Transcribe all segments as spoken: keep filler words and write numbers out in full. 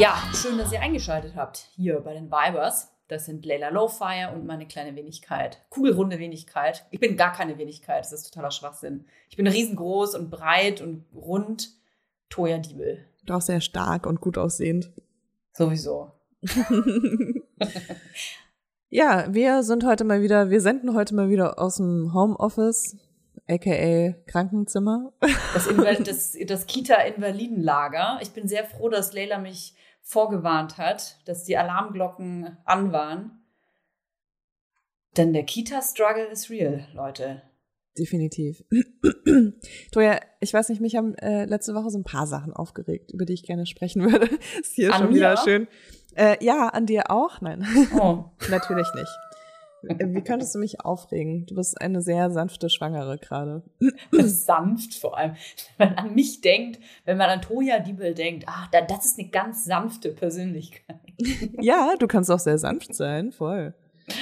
Ja, schön, dass ihr eingeschaltet habt hier bei den Vibers. Das sind Layla Lowfire und meine kleine Wenigkeit. Kugelrunde Wenigkeit. Ich bin gar keine Wenigkeit, das ist totaler Schwachsinn. Ich bin riesengroß und breit und rund. Toya Diebel. Und auch sehr stark und gut aussehend. Sowieso. Ja, wir sind heute mal wieder, wir senden heute mal wieder aus dem Homeoffice, aka Krankenzimmer. Das, Inval- das, das Kita-Invalidenlager. Ich bin sehr froh, dass Layla mich vorgewarnt hat, dass die Alarmglocken an waren. Denn der Kita-Struggle ist real, Leute. Definitiv. Toja, ich weiß nicht, mich haben äh, letzte Woche so ein paar Sachen aufgeregt, über die ich gerne sprechen würde. Ist hier an schon mir? wieder schön. Äh, ja, an dir auch? Nein. Oh. Natürlich nicht. Wie könntest du mich aufregen? Du bist eine sehr sanfte Schwangere gerade. Sanft vor allem. Wenn man an mich denkt, wenn man an Toya Diebel denkt, ach, das ist eine ganz sanfte Persönlichkeit. Ja, du kannst auch sehr sanft sein, voll.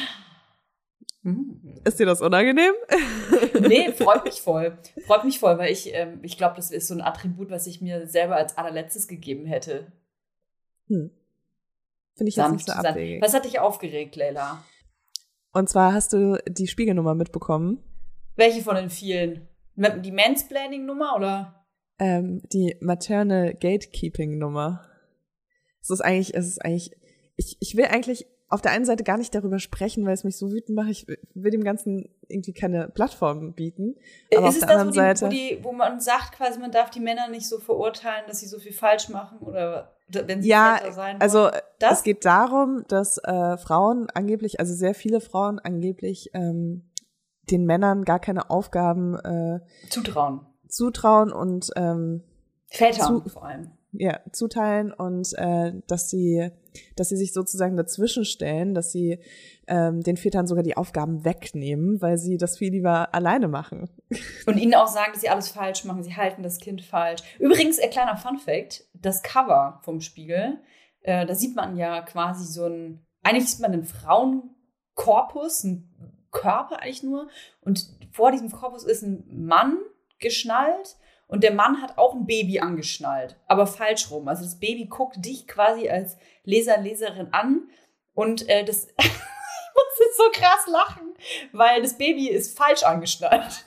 Mhm. Ist dir das unangenehm? Nee, freut mich voll. Freut mich voll, weil ich, ähm, ich glaube, das ist so ein Attribut, was ich mir selber als allerletztes gegeben hätte. Hm. Finde ich Sanft, jetzt nicht so sanft. abwegig. Was hat dich aufgeregt, Layla? Und zwar hast du die Spiegelnummer mitbekommen. Welche von den vielen? Die Mansplaining-Nummer oder? Ähm, die Maternal Gatekeeping-Nummer. Es ist eigentlich, es ist eigentlich, ich, ich will eigentlich auf der einen Seite gar nicht darüber sprechen, weil es mich so wütend macht. Ich will dem Ganzen irgendwie keine Plattform bieten. Aber ist auf es der das, anderen wo, die, Seite, wo, die, wo man sagt, quasi, man darf die Männer nicht so verurteilen, dass sie so viel falsch machen oder wenn sie ja, Väter sein wollen? also das? Es geht darum, dass äh, Frauen angeblich, also sehr viele Frauen angeblich ähm, den Männern gar keine Aufgaben äh, zutrauen. zutrauen und ähm, Väter zu, vor allem. Ja, zuteilen und äh, dass sie, dass sie sich sozusagen dazwischen stellen, dass sie ähm, den Vätern sogar die Aufgaben wegnehmen, weil sie das viel lieber alleine machen. Und ihnen auch sagen, dass sie alles falsch machen, sie halten das Kind falsch. Übrigens, ein kleiner Funfact, das Cover vom Spiegel, äh, da sieht man ja quasi so ein, eigentlich sieht man einen Frauenkorpus, einen Körper eigentlich nur, und vor diesem Korpus ist ein Mann geschnallt. Und der Mann hat auch ein Baby angeschnallt, aber falsch rum. Also das Baby guckt dich quasi als Leser, Leserin an und äh, das, ich muss jetzt so krass lachen, weil das Baby ist falsch angeschnallt.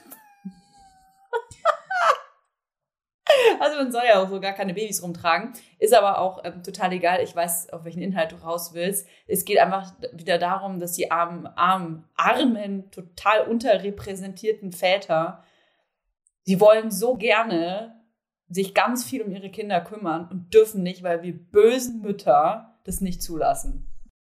Also man soll ja auch so gar keine Babys rumtragen, ist aber auch ähm, total egal. Ich weiß, auf welchen Inhalt du raus willst. Es geht einfach wieder darum, dass die armen, armen, armen, total unterrepräsentierten Väter, sie wollen so gerne sich ganz viel um ihre Kinder kümmern und dürfen nicht, weil wir bösen Mütter das nicht zulassen.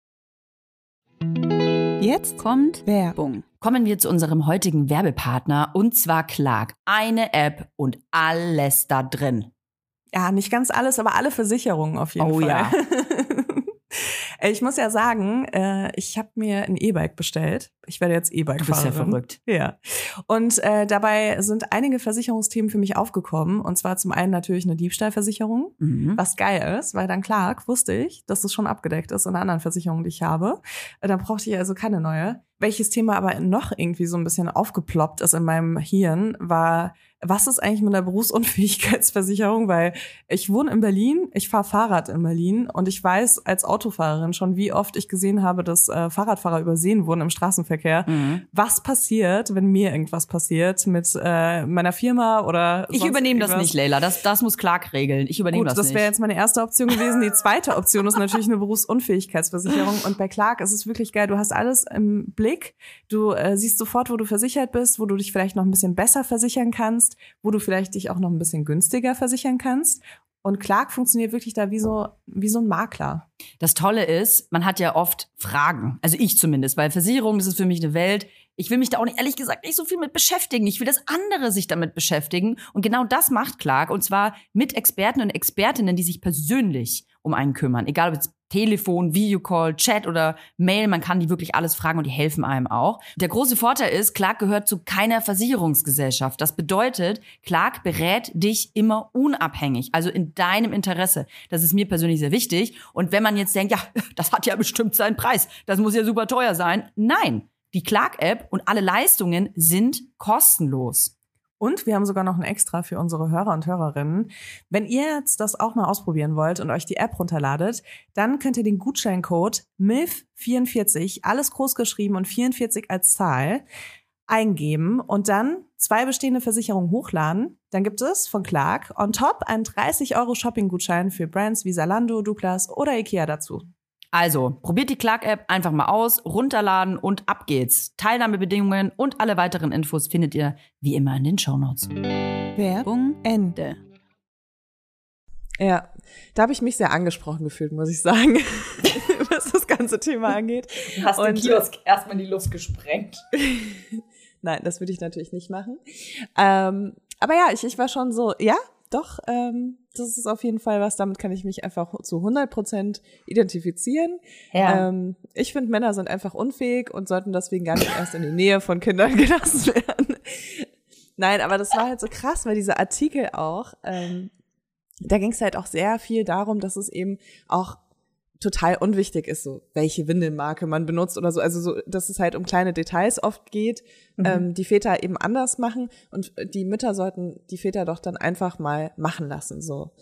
Jetzt kommt Werbung. Kommen wir zu unserem heutigen Werbepartner, und zwar Clark. Eine App und alles da drin. Ja, nicht ganz alles, aber alle Versicherungen auf jeden oh, Fall. Oh ja. Ich muss ja sagen, äh, ich habe mir ein E-Bike bestellt. Ich werde jetzt E-Bike-Fahrerin. Du bist ja verrückt. Ja. Und äh, dabei sind einige Versicherungsthemen für mich aufgekommen. Und zwar zum einen natürlich eine Diebstahlversicherung, mhm. was geil ist, weil dann Clark wusste ich, dass das schon abgedeckt ist in einer anderen Versicherung, die ich habe. Äh, dann brauchte ich also keine neue. Welches Thema aber noch irgendwie so ein bisschen aufgeploppt ist in meinem Hirn, war, was ist eigentlich mit der Berufsunfähigkeitsversicherung? Weil ich wohne in Berlin, ich fahre Fahrrad in Berlin und ich weiß als Autofahrerin schon, wie oft ich gesehen habe, dass äh, Fahrradfahrer übersehen wurden im Straßenverkehr. Mhm. Was passiert, wenn mir irgendwas passiert mit äh, meiner Firma oder Ich sonst übernehme das irgendwas? nicht, Leila. Das, das muss Clark regeln. Ich übernehme Gut, das das nicht. wäre jetzt meine erste Option gewesen. Die zweite Option ist natürlich eine Berufsunfähigkeitsversicherung. Und bei Clark ist es wirklich geil. Du hast alles im Blick. Du äh, siehst sofort, wo du versichert bist, wo du dich vielleicht noch ein bisschen besser versichern kannst, wo du vielleicht dich auch noch ein bisschen günstiger versichern kannst. Und Clark funktioniert wirklich da wie so wie so ein Makler. Das Tolle ist, man hat ja oft Fragen. Also ich zumindest, weil Versicherung, das ist für mich eine Welt. Ich will mich da auch nicht, ehrlich gesagt, nicht so viel mit beschäftigen. Ich will, dass andere sich damit beschäftigen. Und genau das macht Clark. Und zwar mit Experten und Expertinnen, die sich persönlich um einen kümmern. Egal ob jetzt Telefon, Videocall, Chat oder Mail, man kann die wirklich alles fragen und die helfen einem auch. Der große Vorteil ist, Clark gehört zu keiner Versicherungsgesellschaft. Das bedeutet, Clark berät dich immer unabhängig, also in deinem Interesse. Das ist mir persönlich sehr wichtig. Und wenn man jetzt denkt, ja, das hat ja bestimmt seinen Preis, das muss ja super teuer sein. Nein, die Clark-App und alle Leistungen sind kostenlos. Und wir haben sogar noch ein Extra für unsere Hörer und Hörerinnen. Wenn ihr jetzt das auch mal ausprobieren wollt und euch die App runterladet, dann könnt ihr den Gutscheincode M I L F vierundvierzig, alles groß geschrieben und vierundvierzig als Zahl, eingeben und dann zwei bestehende Versicherungen hochladen. Dann gibt es von Clark on top einen dreißig Euro Shopping-Gutschein für Brands wie Zalando, Douglas oder Ikea dazu. Also, probiert die Clark-App einfach mal aus, runterladen und ab geht's. Teilnahmebedingungen und alle weiteren Infos findet ihr wie immer in den Shownotes. Werbung Ende. Ja, da habe ich mich sehr angesprochen gefühlt, muss ich sagen, was das ganze Thema angeht. Du hast und den Kiosk erstmal in die Luft gesprengt. Nein, das würde ich natürlich nicht machen. Ähm, aber ja, ich, ich war schon so, ja, doch, ähm, das ist auf jeden Fall was, damit kann ich mich einfach zu hundert Prozent identifizieren. Ja. Ähm, ich finde, Männer sind einfach unfähig und sollten deswegen gar nicht erst in die Nähe von Kindern gelassen werden. Nein, aber das war halt so krass, weil dieser Artikel auch, ähm, da ging es halt auch sehr viel darum, dass es eben auch total unwichtig ist, so welche Windelmarke man benutzt oder so. Also so, dass es halt um kleine Details oft geht, mhm. ähm, die Väter eben anders machen und die Mütter sollten die Väter doch dann einfach mal machen lassen, so.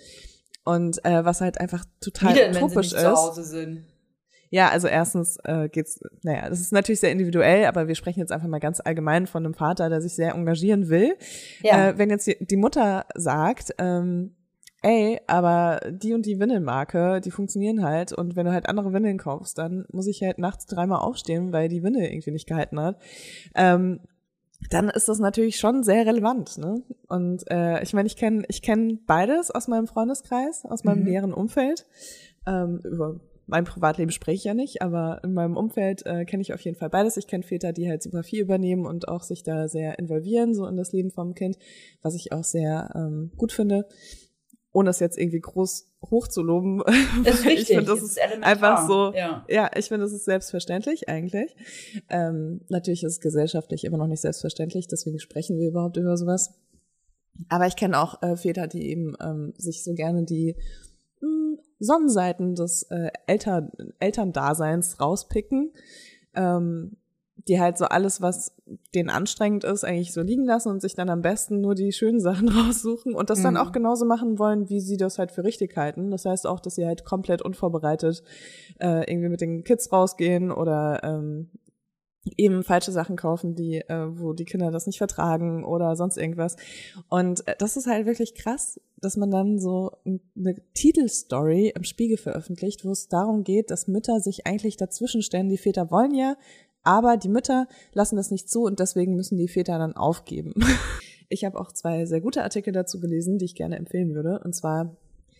Und äh, was halt einfach total Wieder, utopisch wenn sie nicht ist. Zu Hause sind. Ja, also erstens äh, geht's, naja, das ist natürlich sehr individuell, aber wir sprechen jetzt einfach mal ganz allgemein von einem Vater, der sich sehr engagieren will. Ja. Äh, wenn jetzt die, die Mutter sagt, ähm, ey, aber die und die Windelmarke, die funktionieren halt und wenn du halt andere Windeln kaufst, dann muss ich halt nachts dreimal aufstehen, weil die Windel irgendwie nicht gehalten hat. Ähm, dann ist das natürlich schon sehr relevant, ne? Und äh, ich meine, ich kenne ich kenn beides aus meinem Freundeskreis, aus meinem mhm. näheren Umfeld. Ähm, über mein Privatleben spreche ich ja nicht, aber in meinem Umfeld äh, kenne ich auf jeden Fall beides. Ich kenne Väter, die halt super viel übernehmen und auch sich da sehr involvieren, so in das Leben vom Kind, was ich auch sehr ähm, gut finde. Ohne es jetzt irgendwie groß hochzuloben. Das ist wichtig. Ich finde, das ist ist einfach so, ja, ja ich finde, das ist selbstverständlich eigentlich. Ähm, natürlich ist es gesellschaftlich immer noch nicht selbstverständlich, deswegen sprechen wir überhaupt über sowas. Aber ich kenne auch äh, Väter, die eben ähm, sich so gerne die mh, Sonnenseiten des äh, Eltern, Elterndaseins rauspicken, ähm, die halt so alles, was denen anstrengend ist, eigentlich so liegen lassen und sich dann am besten nur die schönen Sachen raussuchen und das mhm. dann auch genauso machen wollen, wie sie das halt für richtig halten. Das heißt auch, dass sie halt komplett unvorbereitet äh, irgendwie mit den Kids rausgehen oder ähm, eben falsche Sachen kaufen, die äh, wo die Kinder das nicht vertragen oder sonst irgendwas. Und äh, das ist halt wirklich krass, dass man dann so eine Titelstory im Spiegel veröffentlicht, wo es darum geht, dass Mütter sich eigentlich dazwischen stellen. Die Väter wollen ja, aber die Mütter lassen das nicht zu und deswegen müssen die Väter dann aufgeben. Ich habe auch zwei sehr gute Artikel dazu gelesen, die ich gerne empfehlen würde. Und zwar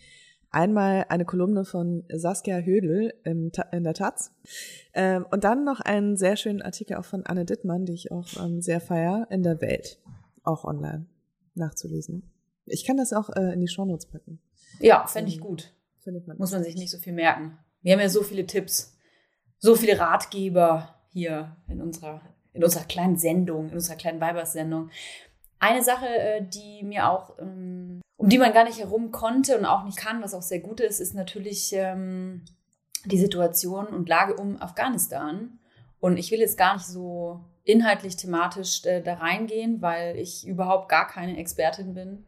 einmal eine Kolumne von Saskia Hödel in der Taz ähm, und dann noch einen sehr schönen Artikel auch von Anne Dittmann, die ich auch ähm, sehr feier, in der Welt, auch online nachzulesen. Ich kann das auch äh, in die Shownotes packen. Ja, fände ich gut. Findet man Muss man sich nicht so viel merken. Wir haben ja so viele Tipps, so viele Ratgeber hier in unserer, in unserer kleinen Sendung, in unserer kleinen Weibers-Sendung. Eine Sache, die mir auch, um die man gar nicht herum konnte und auch nicht kann, was auch sehr gut ist, ist natürlich die Situation und Lage um Afghanistan. Und ich will jetzt gar nicht so inhaltlich, thematisch da reingehen, weil ich überhaupt gar keine Expertin bin.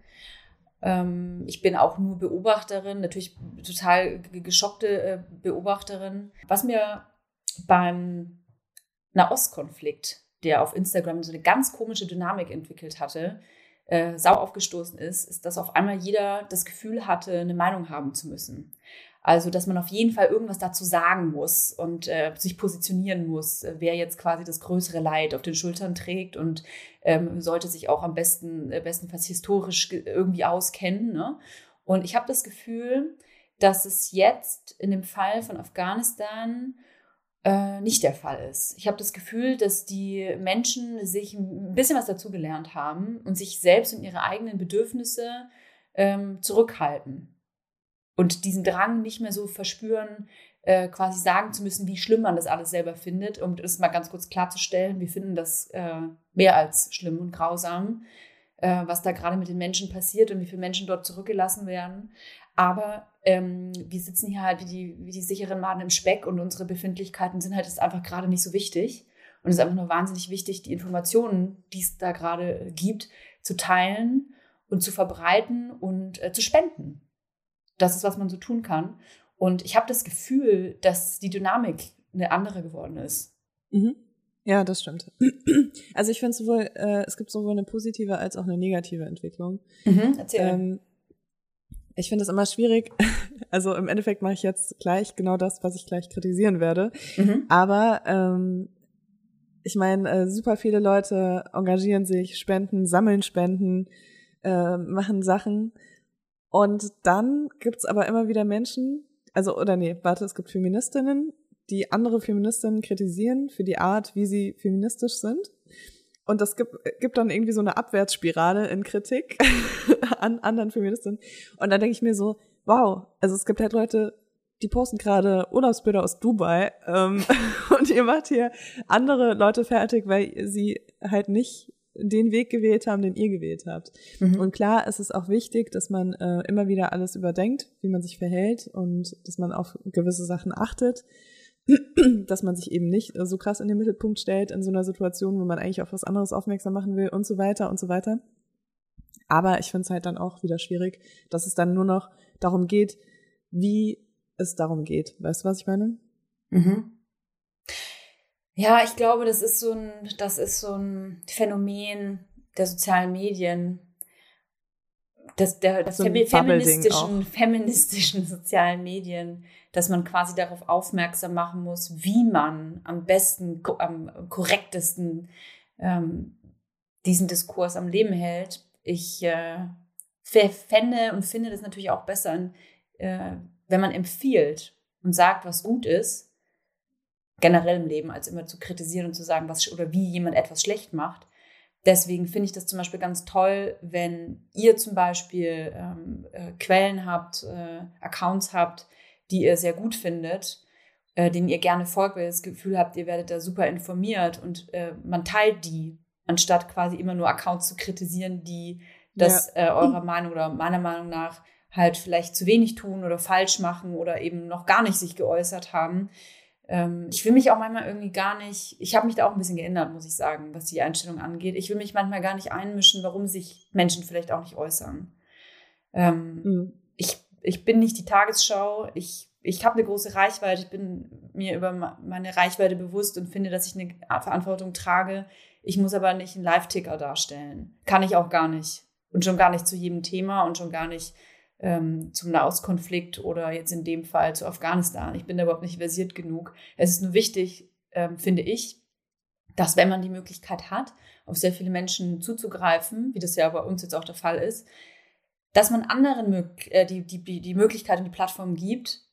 Ich bin auch nur Beobachterin, natürlich total geschockte Beobachterin. Was mir beim Nahostkonflikt, der auf Instagram so eine ganz komische Dynamik entwickelt hatte, äh, sau aufgestoßen ist, ist, dass auf einmal jeder das Gefühl hatte, eine Meinung haben zu müssen. Also, dass man auf jeden Fall irgendwas dazu sagen muss und äh, sich positionieren muss, äh, wer jetzt quasi das größere Leid auf den Schultern trägt und ähm, sollte sich auch am besten, äh, bestenfalls historisch irgendwie auskennen. Ne? Und ich habe das Gefühl, dass es jetzt in dem Fall von Afghanistan Äh, nicht der Fall ist. Ich habe das Gefühl, dass die Menschen sich ein bisschen was dazugelernt haben und sich selbst und ihre eigenen Bedürfnisse ähm, zurückhalten und diesen Drang nicht mehr so verspüren, äh, quasi sagen zu müssen, wie schlimm man das alles selber findet. Um das mal ganz kurz klarzustellen, wir finden das äh, mehr als schlimm und grausam, äh, was da gerade mit den Menschen passiert und wie viele Menschen dort zurückgelassen werden. Aber ähm, wir sitzen hier halt wie die, wie die sicheren Maden im Speck und unsere Befindlichkeiten sind halt jetzt einfach gerade nicht so wichtig. Und es ist einfach nur wahnsinnig wichtig, die Informationen, die es da gerade gibt, zu teilen und zu verbreiten und äh, zu spenden. Das ist, was man so tun kann. Und ich habe das Gefühl, dass die Dynamik eine andere geworden ist. Mhm. Ja, das stimmt. Also ich finde sowohl, äh, es gibt sowohl eine positive als auch eine negative Entwicklung. Mhm, erzähl. Ähm, ich finde es immer schwierig. Also im Endeffekt mache ich jetzt gleich genau das, was ich gleich kritisieren werde. Mhm. Aber ähm, ich meine, äh, super viele Leute engagieren sich, spenden, sammeln Spenden, äh, machen Sachen. Und dann gibt's aber immer wieder Menschen, also oder nee, warte, es gibt Feministinnen, die andere Feministinnen kritisieren für die Art, wie sie feministisch sind. Und das gibt, gibt dann irgendwie so eine Abwärtsspirale in Kritik an anderen Feministinnen. Und dann denke ich mir so, wow, also es gibt halt Leute, die posten gerade Urlaubsbilder aus Dubai ähm, und ihr macht hier andere Leute fertig, weil sie halt nicht den Weg gewählt haben, den ihr gewählt habt. Mhm. Und klar, es ist auch wichtig, dass man äh, immer wieder alles überdenkt, wie man sich verhält und dass man auf gewisse Sachen achtet, dass man sich eben nicht so krass in den Mittelpunkt stellt in so einer Situation, wo man eigentlich auf was anderes aufmerksam machen will und so weiter und so weiter. Aber ich finde es halt dann auch wieder schwierig, dass es dann nur noch darum geht, wie es darum geht. Weißt du, was ich meine? Mhm. Ja, ich glaube, das ist so ein, das ist so ein Phänomen der sozialen Medien, das, der, das so ein femi- feministischen, feministischen sozialen Medien, dass man quasi darauf aufmerksam machen muss, wie man am besten, am korrektesten ähm, diesen Diskurs am Leben hält. Ich äh, fände und finde das natürlich auch besser, äh, wenn man empfiehlt und sagt, was gut ist, generell im Leben, als immer zu kritisieren und zu sagen, was oder wie jemand etwas schlecht macht. Deswegen finde ich das zum Beispiel ganz toll, wenn ihr zum Beispiel ähm, äh, Quellen habt, äh, Accounts habt, die ihr sehr gut findet, äh, denen ihr gerne folgt, weil ihr das Gefühl habt, ihr werdet da super informiert und äh, man teilt die, anstatt quasi immer nur Accounts zu kritisieren, die das ja. äh, eurer Meinung oder meiner Meinung nach halt vielleicht zu wenig tun oder falsch machen oder eben noch gar nicht sich geäußert haben. Ähm, ich will mich auch manchmal irgendwie gar nicht, ich habe mich da auch ein bisschen geändert, muss ich sagen, was die Einstellung angeht. Ich will mich manchmal gar nicht einmischen, warum sich Menschen vielleicht auch nicht äußern. Ähm, mhm. ich, ich bin nicht die Tagesschau, ich, ich habe eine große Reichweite, ich bin mir über meine Reichweite bewusst und finde, dass ich eine Verantwortung trage. Ich muss aber nicht einen Live-Ticker darstellen. Kann ich auch gar nicht. Und schon gar nicht zu jedem Thema und schon gar nicht ähm, zum Nahostkonflikt oder jetzt in dem Fall zu Afghanistan. Ich bin da überhaupt nicht versiert genug. Es ist nur wichtig, ähm, finde ich, dass wenn man die Möglichkeit hat, auf sehr viele Menschen zuzugreifen, wie das ja bei uns jetzt auch der Fall ist, dass man anderen äh, die, die, die Möglichkeit und die Plattform gibt,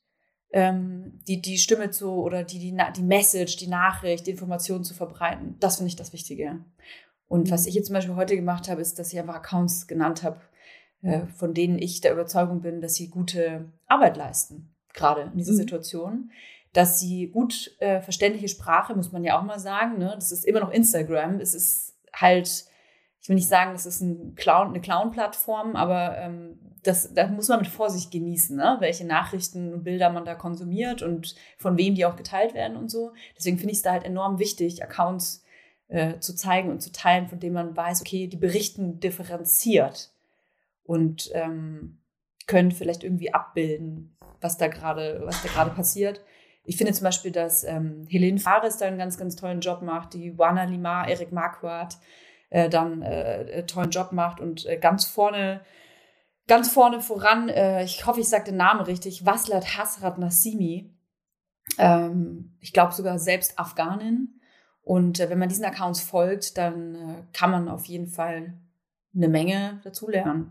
ähm, die, die Stimme zu oder die, die, die Message, die Nachricht, die Information zu verbreiten. Das finde ich das Wichtige. Und was ich jetzt zum Beispiel heute gemacht habe, ist, dass ich einfach Accounts genannt habe, äh, von denen ich der Überzeugung bin, dass sie gute Arbeit leisten, gerade in dieser mhm. Situation. Dass sie gut äh, verständliche Sprache, muss man ja auch mal sagen, ne? Das ist immer noch Instagram. Es ist halt, ich will nicht sagen, das ist ein Clown, eine Clown-Plattform, aber ähm, das, das muss man mit Vorsicht genießen, ne? Welche Nachrichten und Bilder man da konsumiert und von wem die auch geteilt werden und so. Deswegen finde ich es da halt enorm wichtig, Accounts äh, zu zeigen und zu teilen, von denen man weiß, okay, die berichten differenziert und ähm, können vielleicht irgendwie abbilden, was da gerade, was da gerade passiert. Ich finde zum Beispiel, dass ähm, Helene Fares da einen ganz, ganz tollen Job macht, die Wana Limar, Eric Marquardt äh, dann äh, einen tollen Job macht und äh, ganz vorne, ganz vorne voran, äh, ich hoffe, ich sage den Namen richtig, Waslat Hasrat Nassimi, ähm, ich glaube sogar selbst Afghanin. Und äh, wenn man diesen Accounts folgt, dann äh, kann man auf jeden Fall eine Menge dazu lernen.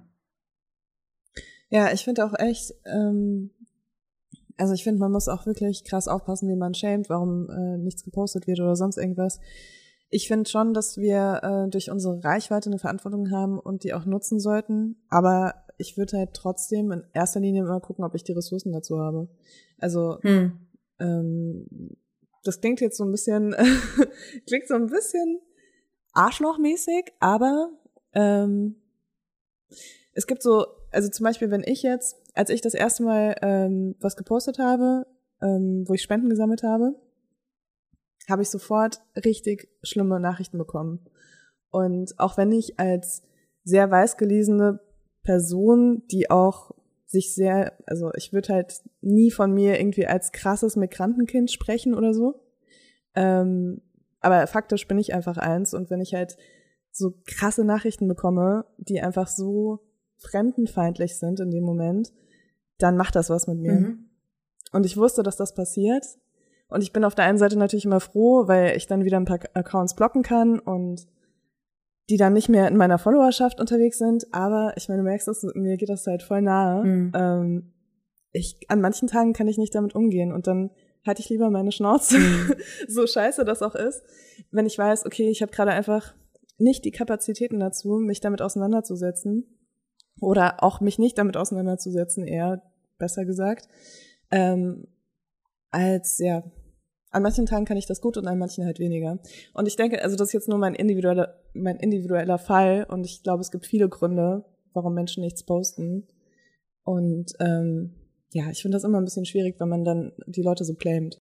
Ja, ich finde auch echt, ähm, also ich finde, man muss auch wirklich krass aufpassen, wie man schämt, warum äh, nichts gepostet wird oder sonst irgendwas. Ich finde schon, dass wir äh, durch unsere Reichweite eine Verantwortung haben und die auch nutzen sollten. Aber ich würde halt trotzdem in erster Linie immer gucken, ob ich die Ressourcen dazu habe. Also hm. ähm, das klingt jetzt so ein bisschen, klingt so ein bisschen arschlochmäßig, aber ähm, es gibt so, also zum Beispiel, wenn ich jetzt, als ich das erste Mal ähm, was gepostet habe, ähm, wo ich Spenden gesammelt habe, habe ich sofort richtig schlimme Nachrichten bekommen. Und auch wenn ich als sehr weißgelesene Person, die auch sich sehr, also ich würde halt nie von mir irgendwie als krasses Migrantenkind sprechen oder so. Ähm, aber faktisch bin ich einfach eins. Und wenn ich halt so krasse Nachrichten bekomme, die einfach so fremdenfeindlich sind in dem Moment, dann macht das was mit mir. Mhm. Und ich wusste, dass das passiert. Und ich bin auf der einen Seite natürlich immer froh, weil ich dann wieder ein paar Accounts blocken kann und die dann nicht mehr in meiner Followerschaft unterwegs sind. Aber ich meine, du merkst es, mir geht das halt voll nahe. Mhm. Ähm, ich, an manchen Tagen kann ich nicht damit umgehen und dann halte ich lieber meine Schnauze, mhm. so scheiße das auch ist, wenn ich weiß, okay, ich habe gerade einfach nicht die Kapazitäten dazu, mich damit auseinanderzusetzen oder auch mich nicht damit auseinanderzusetzen, eher besser gesagt, ähm, als, ja, an manchen Tagen kann ich das gut und an manchen halt weniger. Und ich denke, also das ist jetzt nur mein individueller, mein individueller Fall und ich glaube, es gibt viele Gründe, warum Menschen nichts posten. Und ähm, ja, ich finde das immer ein bisschen schwierig, wenn man dann die Leute so claimt.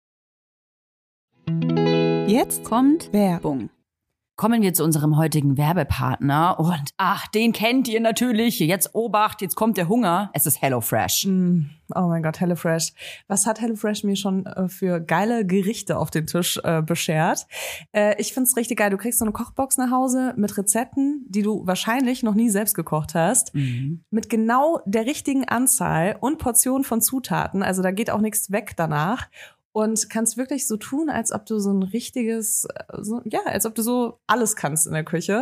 Jetzt kommt Werbung. Kommen wir zu unserem heutigen Werbepartner und ach, den kennt ihr natürlich. Jetzt Obacht, jetzt kommt der Hunger. Es ist HelloFresh. Mm, oh mein Gott, HelloFresh. Was hat HelloFresh mir schon äh, für geile Gerichte auf den Tisch äh, beschert? Äh, ich find's richtig geil. Du kriegst so eine Kochbox nach Hause mit Rezepten, die du wahrscheinlich noch nie selbst gekocht hast. Mhm. Mit genau der richtigen Anzahl und Portion von Zutaten. Also da geht auch nichts weg danach. Und kannst wirklich so tun, als ob du so ein richtiges, so, ja, als ob du so alles kannst in der Küche.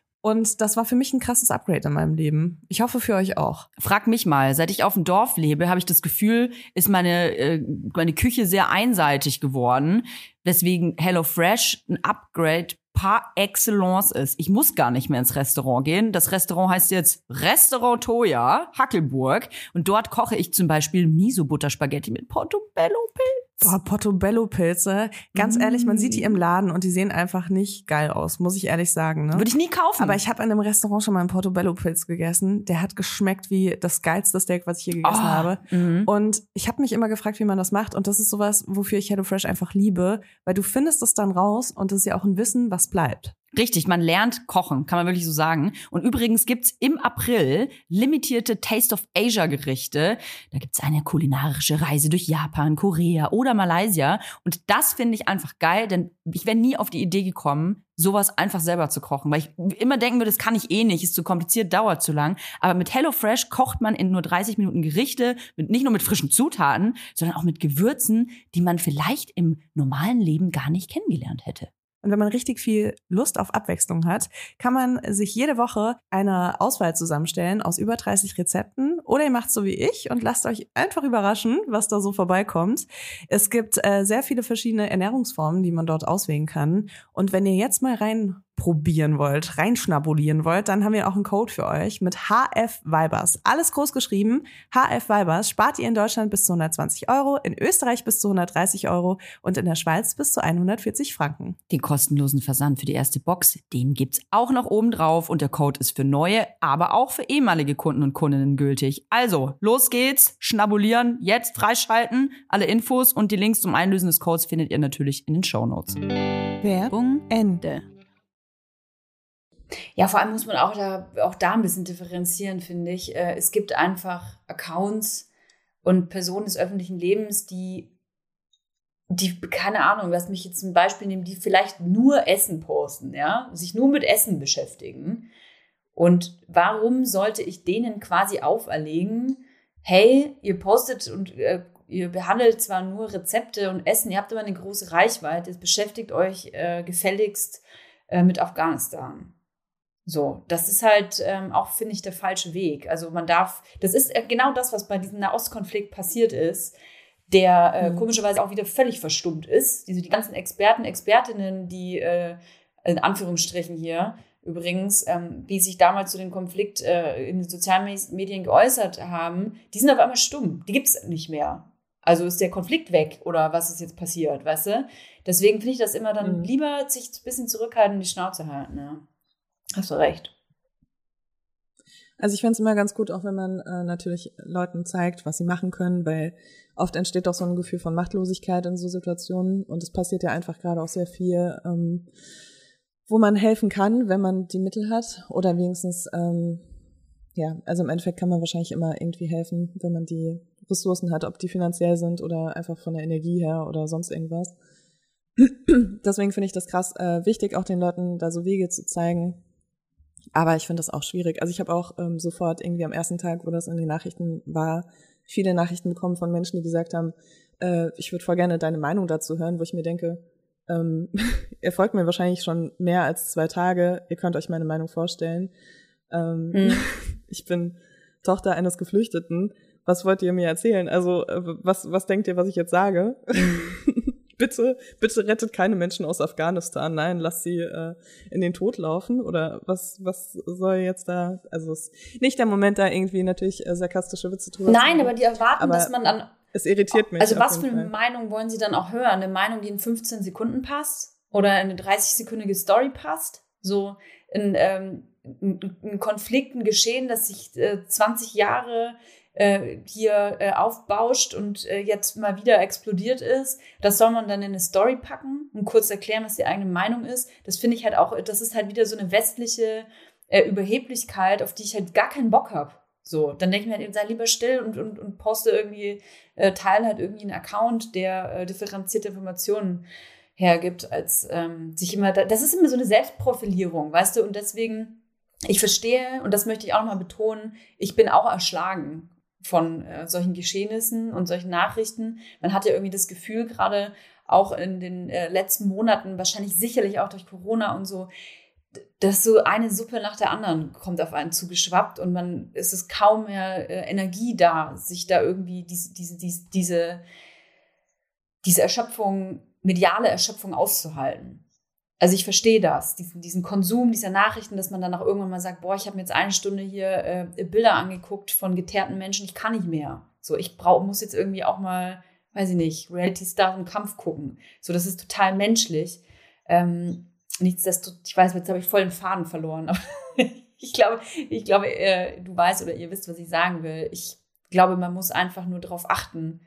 Und das war für mich ein krasses Upgrade in meinem Leben. Ich hoffe für euch auch. Frag mich mal, seit ich auf dem Dorf lebe, habe ich das Gefühl, ist meine äh, meine Küche sehr einseitig geworden. Deswegen HelloFresh ein Upgrade par excellence ist. Ich muss gar nicht mehr ins Restaurant gehen. Das Restaurant heißt jetzt Restaurant Toya, Hackelburg. Und dort koche ich zum Beispiel Miso-Butterspaghetti mit Portobello-Pilz. Boah, Portobello-Pilze. Ganz mm. ehrlich, man sieht die im Laden und die sehen einfach nicht geil aus, muss ich ehrlich sagen. Ne? Würde ich nie kaufen. Aber ich habe in einem Restaurant schon mal einen Portobello-Pilz gegessen. Der hat geschmeckt wie das geilste Steak, was ich hier gegessen oh. habe. Mm. Und ich habe mich immer gefragt, wie man das macht. Und das ist sowas, wofür ich HelloFresh einfach liebe. Weil du findest es dann raus und das ist ja auch ein Wissen, was bleibt. Richtig, man lernt kochen, kann man wirklich so sagen. Und übrigens gibt's im April limitierte Taste of Asia Gerichte. Da gibt's eine kulinarische Reise durch Japan, Korea oder Malaysia. Und das finde ich einfach geil, denn ich wäre nie auf die Idee gekommen, sowas einfach selber zu kochen. Weil ich immer denken würde, das kann ich eh nicht, ist zu kompliziert, dauert zu lang. Aber mit HelloFresh kocht man in nur dreißig Minuten Gerichte, mit, nicht nur mit frischen Zutaten, sondern auch mit Gewürzen, die man vielleicht im normalen Leben gar nicht kennengelernt hätte. Und wenn man richtig viel Lust auf Abwechslung hat, kann man sich jede Woche eine Auswahl zusammenstellen aus über dreißig Rezepten. Oder ihr macht so wie ich und lasst euch einfach überraschen, was da so vorbeikommt. Es gibt äh, sehr viele verschiedene Ernährungsformen, die man dort auswählen kann. Und wenn ihr jetzt mal rein probieren wollt, reinschnabulieren wollt, dann haben wir auch einen Code für euch mit H F Weibers. Alles groß geschrieben. H F Weibers spart ihr in Deutschland bis zu hundertzwanzig Euro, in Österreich bis zu hundertdreißig Euro und in der Schweiz bis zu hundertvierzig Franken. Den kostenlosen Versand für die erste Box, den gibt's auch noch oben drauf und der Code ist für neue, aber auch für ehemalige Kunden und Kundinnen gültig. Also, los geht's, schnabulieren, jetzt freischalten. Alle Infos und die Links zum Einlösen des Codes findet ihr natürlich in den Shownotes. Werbung Ende. Ja, vor allem muss man auch da, auch da ein bisschen differenzieren, finde ich. Es gibt einfach Accounts und Personen des öffentlichen Lebens, die, die, keine Ahnung, lass mich jetzt ein Beispiel nehmen, die vielleicht nur Essen posten, ja, sich nur mit Essen beschäftigen. Und warum sollte ich denen quasi auferlegen, hey, ihr postet und äh, ihr behandelt zwar nur Rezepte und Essen, ihr habt aber eine große Reichweite, jetzt beschäftigt euch äh, gefälligst äh, mit Afghanistan. So, das ist halt ähm, auch, finde ich, der falsche Weg. Also man darf, das ist genau das, was bei diesem Nahostkonflikt passiert ist, der äh, mhm. komischerweise auch wieder völlig verstummt ist. Diese, die ganzen Experten, Expertinnen, die äh, in Anführungsstrichen hier übrigens, ähm, die sich damals zu dem Konflikt äh, in den sozialen Medien geäußert haben, die sind auf einmal stumm. Die gibt's nicht mehr. Also ist der Konflikt weg oder was ist jetzt passiert, weißt du? Deswegen finde ich das immer dann mhm. lieber, sich ein bisschen zurückhalten und die Schnauze halten, ja. Hast du recht. Also ich finde es immer ganz gut, auch wenn man äh, natürlich Leuten zeigt, was sie machen können, weil oft entsteht auch so ein Gefühl von Machtlosigkeit in so Situationen und es passiert ja einfach gerade auch sehr viel, ähm, wo man helfen kann, wenn man die Mittel hat oder wenigstens, ähm, ja, also im Endeffekt kann man wahrscheinlich immer irgendwie helfen, wenn man die Ressourcen hat, ob die finanziell sind oder einfach von der Energie her oder sonst irgendwas. Deswegen finde ich das krass äh, wichtig, auch den Leuten da so Wege zu zeigen. Aber ich finde das auch schwierig. Also ich habe auch ähm, sofort irgendwie am ersten Tag, wo das in den Nachrichten war, viele Nachrichten bekommen von Menschen, die gesagt haben, äh, ich würde voll gerne deine Meinung dazu hören, wo ich mir denke, ähm, ihr folgt mir wahrscheinlich schon mehr als zwei Tage, ihr könnt euch meine Meinung vorstellen. Ähm, mhm. Ich bin Tochter eines Geflüchteten. Was wollt ihr mir erzählen? Also äh, was was denkt ihr, was ich jetzt sage? Mhm. bitte, bitte rettet keine Menschen aus Afghanistan. Nein, lasst sie äh, in den Tod laufen. Oder was was soll jetzt da? Also es ist nicht der Moment, da irgendwie natürlich äh, sarkastische Witze drüber Nein, zu machen. aber die erwarten, aber dass man dann... Es irritiert mich. Also was für eine Meinung wollen sie dann auch hören? Eine Meinung, die in fünfzehn Sekunden passt? Oder eine dreißig-sekündige Story passt? So ein, ähm, ein, ein Konflikt, ein Geschehen, das sich äh, zwanzig Jahre äh, hier äh, aufbauscht und äh, jetzt mal wieder explodiert ist. Das soll man dann in eine Story packen und kurz erklären, was die eigene Meinung ist. Das finde ich halt auch, das ist halt wieder so eine westliche äh, Überheblichkeit, auf die ich halt gar keinen Bock habe. So, dann denke ich mir halt, sei lieber still und, und, und poste irgendwie, äh, teile halt irgendwie einen Account, der äh, differenzierte Informationen hergibt, als ähm, sich immer, da, das ist immer so eine Selbstprofilierung, weißt du, und deswegen, ich verstehe, und das möchte ich auch nochmal betonen, ich bin auch erschlagen von äh, solchen Geschehnissen und solchen Nachrichten. Man hat ja irgendwie das Gefühl, gerade auch in den äh, letzten Monaten, wahrscheinlich sicherlich auch durch Corona und so, dass so eine Suppe nach der anderen kommt auf einen zugeschwappt und man es ist kaum mehr äh, Energie da, sich da irgendwie diese, diese, diese, diese, diese Erschöpfung, mediale Erschöpfung auszuhalten. Also ich verstehe das, diesen, diesen Konsum dieser Nachrichten, dass man dann auch irgendwann mal sagt, boah, ich habe mir jetzt eine Stunde hier äh, Bilder angeguckt von geteerten Menschen, ich kann nicht mehr. So, ich brauch, muss jetzt irgendwie auch mal, weiß ich nicht, Reality Star im Kampf gucken. So, das ist total menschlich. Ähm, Nichtsdestotrotz, ich weiß, jetzt habe ich voll den Faden verloren, aber ich glaube, ich glaube, äh, du weißt oder ihr wisst, was ich sagen will. Ich glaube, man muss einfach nur darauf achten,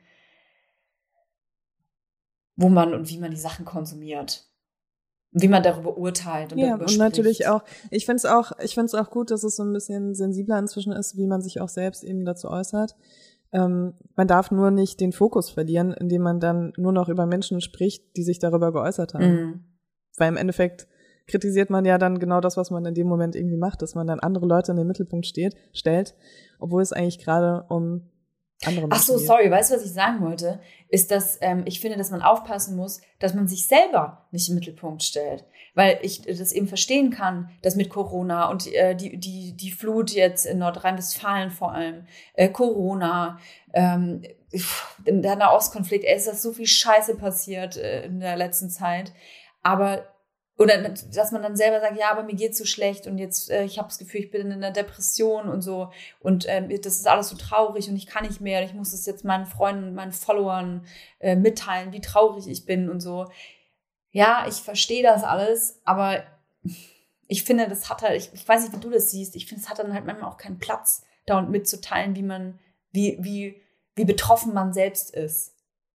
wo man und wie man die Sachen konsumiert. Wie man darüber urteilt und ja, darüber und spricht. natürlich auch, ich finde es auch, ich finde es auch gut, dass es so ein bisschen sensibler inzwischen ist, wie man sich auch selbst eben dazu äußert. Ähm, man darf nur nicht den Fokus verlieren, indem man dann nur noch über Menschen spricht, die sich darüber geäußert haben. Mhm. Weil im Endeffekt kritisiert man ja dann genau das, was man in dem Moment irgendwie macht, dass man dann andere Leute in den Mittelpunkt steht, stellt, obwohl es eigentlich gerade um andere Menschen Ach so, geht. sorry, weißt du, was ich sagen wollte? Ist, dass ähm, ich finde, dass man aufpassen muss, dass man sich selber nicht im Mittelpunkt stellt. Weil ich das eben verstehen kann, dass mit Corona und äh, die, die, die Flut jetzt in Nordrhein-Westfalen vor allem, äh, Corona, ähm, der Nahostkonflikt, es ist so viel Scheiße passiert äh, in der letzten Zeit. Aber, oder dass man dann selber sagt, ja, aber mir geht's so schlecht und jetzt, äh, ich habe das Gefühl, ich bin in einer Depression und so und äh, das ist alles so traurig und ich kann nicht mehr, ich muss es jetzt meinen Freunden und meinen Followern äh, mitteilen, wie traurig ich bin und so. Ja, ich verstehe das alles, aber ich finde, das hat halt, ich, ich weiß nicht, wie du das siehst, ich finde, es hat dann halt manchmal auch keinen Platz, da und mitzuteilen, wie man, wie, wie, wie betroffen man selbst ist.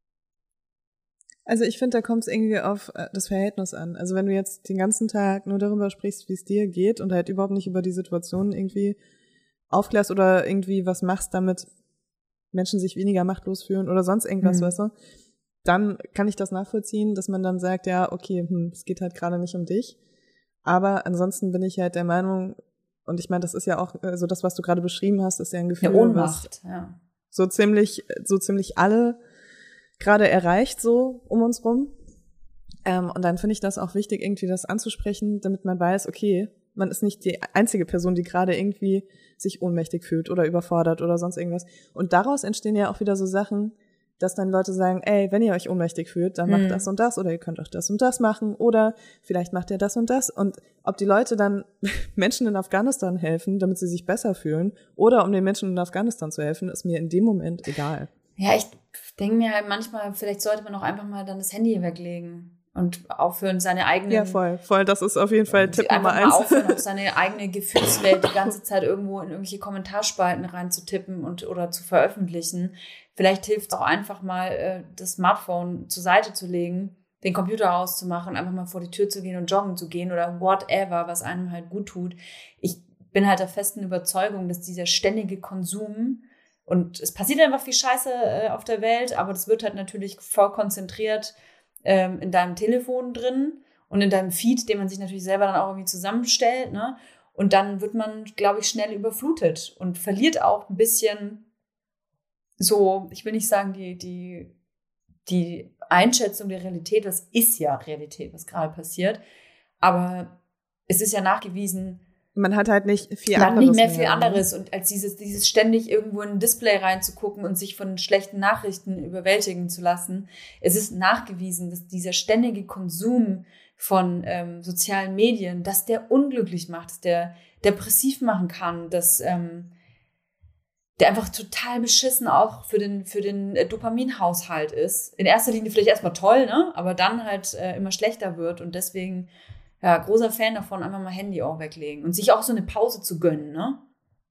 Also ich finde, da kommt es irgendwie auf das Verhältnis an. Also wenn du jetzt den ganzen Tag nur darüber sprichst, wie es dir geht und halt überhaupt nicht über die Situation irgendwie aufklärst oder irgendwie was machst, damit Menschen sich weniger machtlos fühlen oder sonst irgendwas, mhm. weißt du, dann kann ich das nachvollziehen, dass man dann sagt, ja, okay, hm, es geht halt gerade nicht um dich. Aber ansonsten bin ich halt der Meinung, und ich meine, das ist ja auch so das, was du gerade beschrieben hast, ist ja ein Gefühl, eine Ohnmacht, ja. so ziemlich, so ziemlich alle gerade erreicht so um uns rum. Ähm, und dann finde ich das auch wichtig, irgendwie das anzusprechen, damit man weiß, okay, man ist nicht die einzige Person, die gerade irgendwie sich ohnmächtig fühlt oder überfordert oder sonst irgendwas. Und daraus entstehen ja auch wieder so Sachen, dass dann Leute sagen, ey, wenn ihr euch ohnmächtig fühlt, dann macht hm. das und das oder ihr könnt auch das und das machen oder vielleicht macht ihr das und das. Und ob die Leute dann Menschen in Afghanistan helfen, damit sie sich besser fühlen oder um den Menschen in Afghanistan zu helfen, ist mir in dem Moment egal. Ja, ich denke mir halt manchmal, vielleicht sollte man auch einfach mal dann das Handy weglegen und aufhören, seine eigenen... Ja, voll, voll, das ist auf jeden Fall Tipp Nummer eins. Einfach mal aufhören, auf seine eigene Gefühlswelt die ganze Zeit irgendwo in irgendwelche Kommentarspalten reinzutippen und oder zu veröffentlichen. Vielleicht hilft es auch einfach mal, das Smartphone zur Seite zu legen den Computer auszumachen, einfach mal vor die Tür zu gehen und joggen zu gehen oder whatever, was einem halt gut tut. Ich bin halt der festen Überzeugung, dass dieser ständige Konsum, und es passiert einfach viel Scheiße äh, auf der Welt, aber das wird halt natürlich voll konzentriert ähm, in deinem Telefon drin und in deinem Feed, den man sich natürlich selber dann auch irgendwie zusammenstellt, ne? Und dann wird man, glaube ich, schnell überflutet und verliert auch ein bisschen so, ich will nicht sagen, die, die, die Einschätzung der Realität, was ist ja Realität, was gerade passiert, aber es ist ja nachgewiesen, man hat halt nicht viel man anderes. Nicht mehr mehr, viel anderes. Und als dieses, dieses ständig irgendwo in ein Display reinzugucken und sich von schlechten Nachrichten überwältigen zu lassen. Es ist nachgewiesen, dass dieser ständige Konsum von ähm, sozialen Medien, dass der unglücklich macht, dass der depressiv machen kann, dass ähm, der einfach total beschissen auch für den, für den Dopaminhaushalt ist. In erster Linie vielleicht erstmal toll, ne? Aber dann halt äh, immer schlechter wird und deswegen ja, großer Fan davon, einfach mal Handy auch weglegen und sich auch so eine Pause zu gönnen, ne?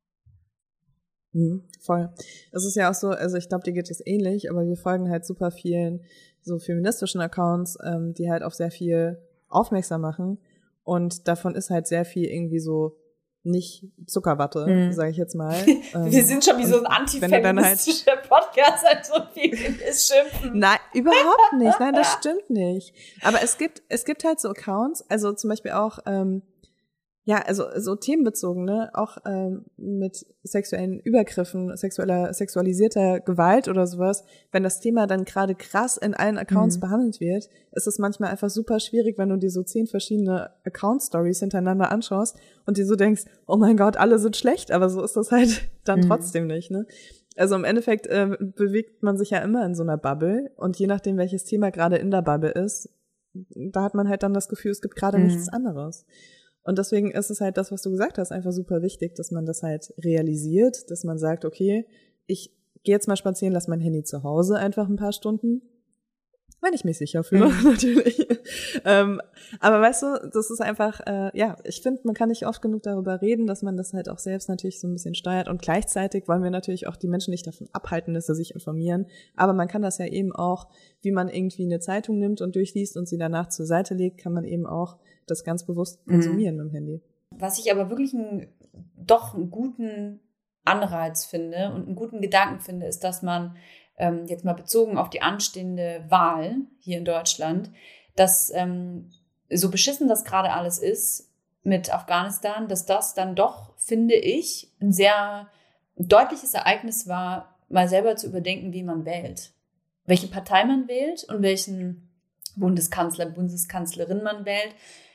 Mhm, voll. Es ist ja auch so, also ich glaube, dir geht es ähnlich, aber wir folgen halt super vielen so feministischen Accounts, ähm, die halt auf sehr viel aufmerksam machen und davon ist halt sehr viel irgendwie so nicht Zuckerwatte, mhm. sage ich jetzt mal. Wir sind schon wie so ein antifeministischer halt Podcast, also viel ist schimpfen. Nein, überhaupt nicht. Nein, das stimmt nicht. Aber es gibt, es gibt halt so Accounts, also zum Beispiel auch, ähm, ja, also so themenbezogene, auch ähm, mit sexuellen Übergriffen, sexueller, sexualisierter Gewalt oder sowas. Wenn das Thema dann gerade krass in allen Accounts mhm. behandelt wird, ist es manchmal einfach super schwierig, wenn du dir so zehn verschiedene Account-Stories hintereinander anschaust und dir so denkst, oh mein Gott, alle sind schlecht, aber so ist das halt dann mhm. trotzdem nicht, ne? Also im Endeffekt äh, bewegt man sich ja immer in so einer Bubble und je nachdem, welches Thema gerade in der Bubble ist, da hat man halt dann das Gefühl, es gibt gerade mhm. nichts anderes. Und deswegen ist es halt das, was du gesagt hast, einfach super wichtig, dass man das halt realisiert, dass man sagt, okay, ich gehe jetzt mal spazieren, lass mein Handy zu Hause einfach ein paar Stunden, wenn ich mich sicher fühle, mhm. natürlich. ähm, aber weißt du, das ist einfach, äh, ja, ich finde, man kann nicht oft genug darüber reden, dass man das halt auch selbst natürlich so ein bisschen steuert und gleichzeitig wollen wir natürlich auch die Menschen nicht davon abhalten, dass sie sich informieren, aber man kann das ja eben auch, wie man irgendwie eine Zeitung nimmt und durchliest und sie danach zur Seite legt, kann man eben auch das ganz bewusst konsumieren mhm. mit dem Handy. Was ich aber wirklich einen, doch einen guten Anreiz finde und einen guten Gedanken finde, ist, dass man ähm, jetzt mal bezogen auf die anstehende Wahl hier in Deutschland, dass ähm, so beschissen das gerade alles ist mit Afghanistan, dass das dann doch, finde ich, ein sehr deutliches Ereignis war, mal selber zu überdenken, wie man wählt. Welche Partei man wählt und welchen Bundeskanzler, Bundeskanzlerin man wählt.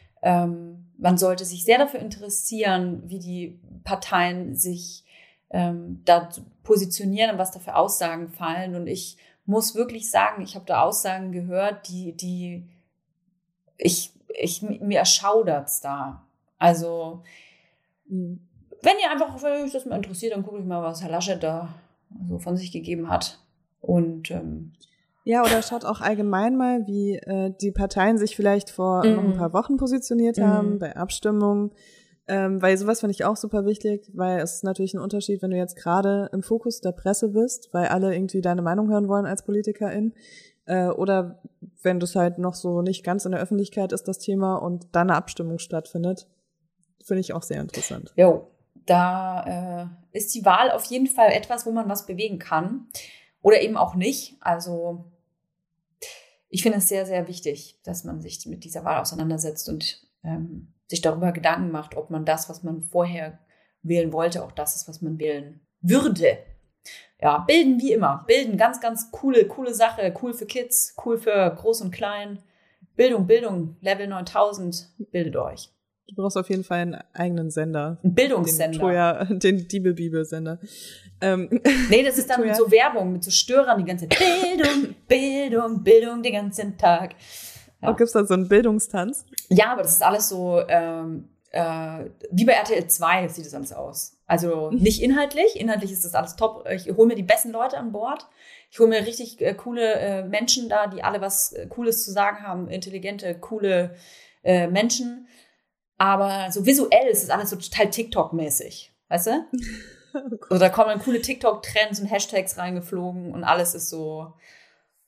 Ähm, man sollte sich sehr dafür interessieren, wie die Parteien sich ähm, da positionieren und was da für Aussagen fallen. Und ich muss wirklich sagen, ich habe da Aussagen gehört, die, die ich, ich mir erschaudert's da. Also, mhm. wenn ihr einfach, wenn euch das mal interessiert, dann gucke ich mal, was Herr Laschet da so von sich gegeben hat. Und ähm, ja, oder schaut auch allgemein mal, wie äh, die Parteien sich vielleicht vor mm. noch ein paar Wochen positioniert mm. haben bei Abstimmungen, ähm, weil sowas finde ich auch super wichtig, weil es ist natürlich ein Unterschied, wenn du jetzt gerade im Fokus der Presse bist, weil alle irgendwie deine Meinung hören wollen als Politikerin, äh, oder wenn das halt noch so nicht ganz in der Öffentlichkeit ist, das Thema, und da eine Abstimmung stattfindet, finde ich auch sehr interessant. Jo, da äh, ist die Wahl auf jeden Fall etwas, wo man was bewegen kann. Oder eben auch nicht. Also ich finde es sehr, sehr wichtig, dass man sich mit dieser Wahl auseinandersetzt und ähm, sich darüber Gedanken macht, ob man das, was man vorher wählen wollte, auch das ist, was man wählen würde. Ja, bilden wie immer. Bilden, ganz, ganz coole, coole Sache. Cool für Kids, cool für Groß und Klein. Bildung, Bildung, Level neuntausend, bildet euch. Du brauchst auf jeden Fall einen eigenen Sender. Ein Bildungssender. Den, Toya, den Diebe-Bibel-Sender. Ähm. Nee, das ist dann mit so Werbung, mit so Störern die ganze Zeit. Bildung, Bildung, Bildung den ganzen Tag. Ja. Oh, gibt's da so einen Bildungstanz? Ja, aber das ist alles so, ähm, äh, wie bei R T L zwei sieht das alles aus. Also nicht inhaltlich. Inhaltlich ist das alles top. Ich hole mir die besten Leute an Bord. Ich hole mir richtig äh, coole äh, Menschen da, die alle was äh, Cooles zu sagen haben. Intelligente, coole äh, Menschen. Aber so visuell ist es alles so total TikTok-mäßig, weißt du? Oh, also da kommen dann coole TikTok-Trends und Hashtags reingeflogen und alles ist so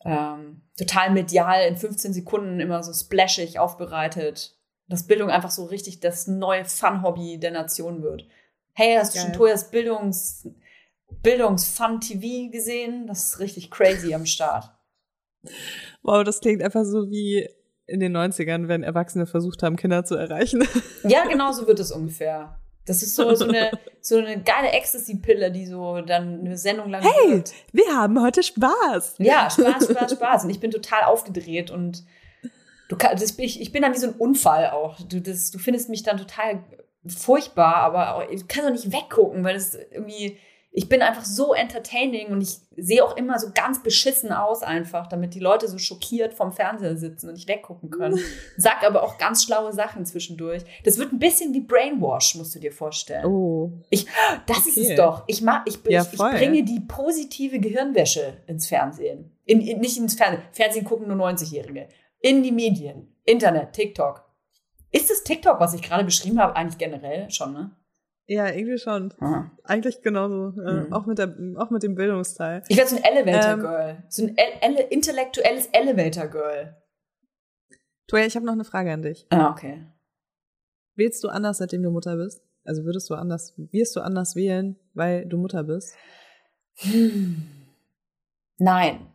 ähm, total medial in fünfzehn Sekunden immer so splashig aufbereitet. Dass Bildung einfach so richtig das neue Fun-Hobby der Nation wird. Hey, hast du Geil. schon Toyas Bildungs, Bildungs-Fun-T V gesehen? Das ist richtig crazy am Start. Wow, das klingt einfach so wie in den neunzigern, wenn Erwachsene versucht haben, Kinder zu erreichen. Ja, genau so wird es ungefähr. Das ist so, so, eine, so eine geile Ecstasy-Pille, die so dann eine Sendung lang Hey, wird. wir haben heute Spaß. Ja, Spaß, Spaß, Spaß. Und ich bin total aufgedreht und du kann, das, ich, ich bin dann wie so ein Unfall auch. Du, das, du findest mich dann total furchtbar, aber auch, ich kann doch nicht weggucken, weil das irgendwie, ich bin einfach so entertaining und ich sehe auch immer so ganz beschissen aus einfach, damit die Leute so schockiert vorm Fernseher sitzen und nicht weggucken können. Sag aber auch ganz schlaue Sachen zwischendurch. Das wird ein bisschen wie Brainwash, musst du dir vorstellen. Oh. Ich, das Okay. ist es doch. Ich, mag, ich, Ja, ich, ich voll. bringe die positive Gehirnwäsche ins Fernsehen. In, in, nicht ins Fernsehen. Fernsehen gucken nur neunzigjährige. In die Medien. Internet, TikTok. Ist das TikTok, was ich gerade beschrieben habe, eigentlich generell schon, ne? Ja, irgendwie schon. Aha. Eigentlich genauso. Äh, Mhm. auch, mit der, auch mit dem Bildungsteil. Ich werde so ein Elevator Ähm. Girl. So ein ele- ele- intellektuelles Elevator Girl. Toya, ich habe noch eine Frage an dich. Ah, okay. Wählst du anders, seitdem du Mutter bist? Also würdest du anders, wirst du anders wählen, weil du Mutter bist? Hm. Nein.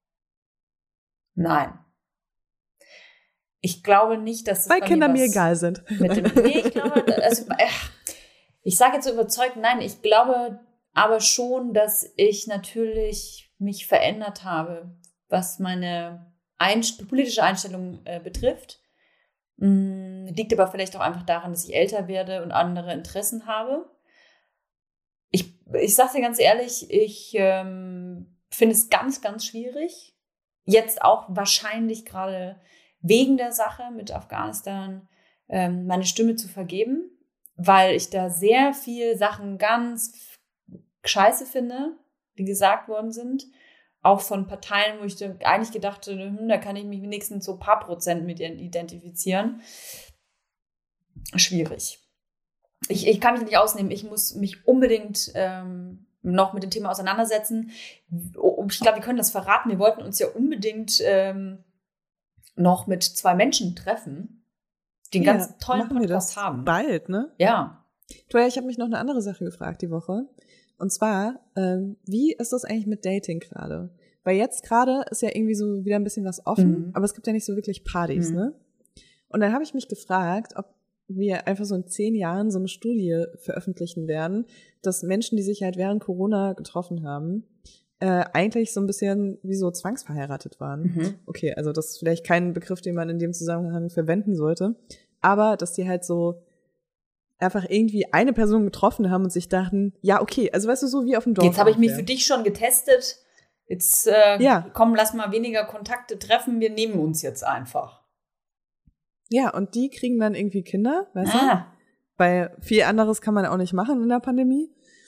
Nein. Ich glaube nicht, dass es Weil bei Kinder mir mir was egal sind. mit dem, nee, ich glaube, also, äh, ich sage jetzt so überzeugt, nein, ich glaube aber schon, dass ich natürlich mich verändert habe, was meine Einst- politische Einstellung äh, betrifft. Mm, liegt aber vielleicht auch einfach daran, dass ich älter werde und andere Interessen habe. Ich, ich sage dir ganz ehrlich, ich ähm, finde es ganz, ganz schwierig. Jetzt auch wahrscheinlich gerade wegen der Sache mit Afghanistan ähm, meine Stimme zu vergeben, weil ich da sehr viel Sachen ganz scheiße finde, die gesagt worden sind. Auch von Parteien, wo ich dann eigentlich gedacht habe, hm, da kann ich mich wenigstens so ein paar Prozent mit identifizieren. Schwierig. Ich, ich kann mich nicht ausnehmen. Ich muss mich unbedingt ähm, noch mit dem Thema auseinandersetzen. Ich glaube, wir können das verraten. Wir wollten uns ja unbedingt ähm, noch mit zwei Menschen treffen, die einen Ja, ganz tollen machen wir Podcast das haben. bald, ne? Ja. Toya, ich habe mich noch eine andere Sache gefragt die Woche. Und zwar, ähm, wie ist das eigentlich mit Dating gerade? Weil jetzt gerade ist ja irgendwie so wieder ein bisschen was offen, Mhm. aber es gibt ja nicht so wirklich Partys, Mhm. ne? Und dann habe ich mich gefragt, ob wir einfach so in zehn Jahren so eine Studie veröffentlichen werden, dass Menschen, die sich halt während Corona getroffen haben, äh, eigentlich so ein bisschen wie so zwangsverheiratet waren. Mhm. Okay, also das ist vielleicht kein Begriff, den man in dem Zusammenhang verwenden sollte, aber dass die halt so einfach irgendwie eine Person getroffen haben und sich dachten, ja, okay, also weißt du, so wie auf dem Dorf. Jetzt habe ich mich ungefähr. für dich schon getestet. Jetzt äh, Ja. komm, lass mal weniger Kontakte treffen. Wir nehmen uns jetzt einfach. Ja, und die kriegen dann irgendwie Kinder, weißt du? Ah, Weil viel anderes kann man auch nicht machen in der Pandemie.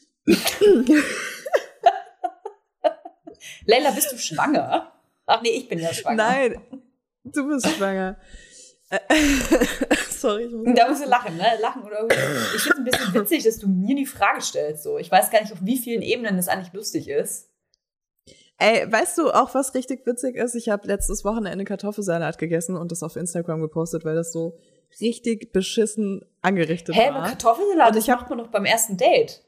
Leila, bist du schwanger? Ach nee, ich bin ja schwanger. Nein, du bist schwanger. Äh, Sorry, ich muss Da musst du lachen, ne? Lachen oder ich finde es ein bisschen witzig, dass du mir die Frage stellst. So, ich weiß gar nicht, auf wie vielen Ebenen das eigentlich lustig ist. Ey, weißt du auch, was richtig witzig ist? Ich habe letztes Wochenende Kartoffelsalat gegessen und das auf Instagram gepostet, weil das so richtig beschissen angerichtet Hä, aber war. Kartoffelsalat, Und das ich hab- macht man doch beim ersten Date.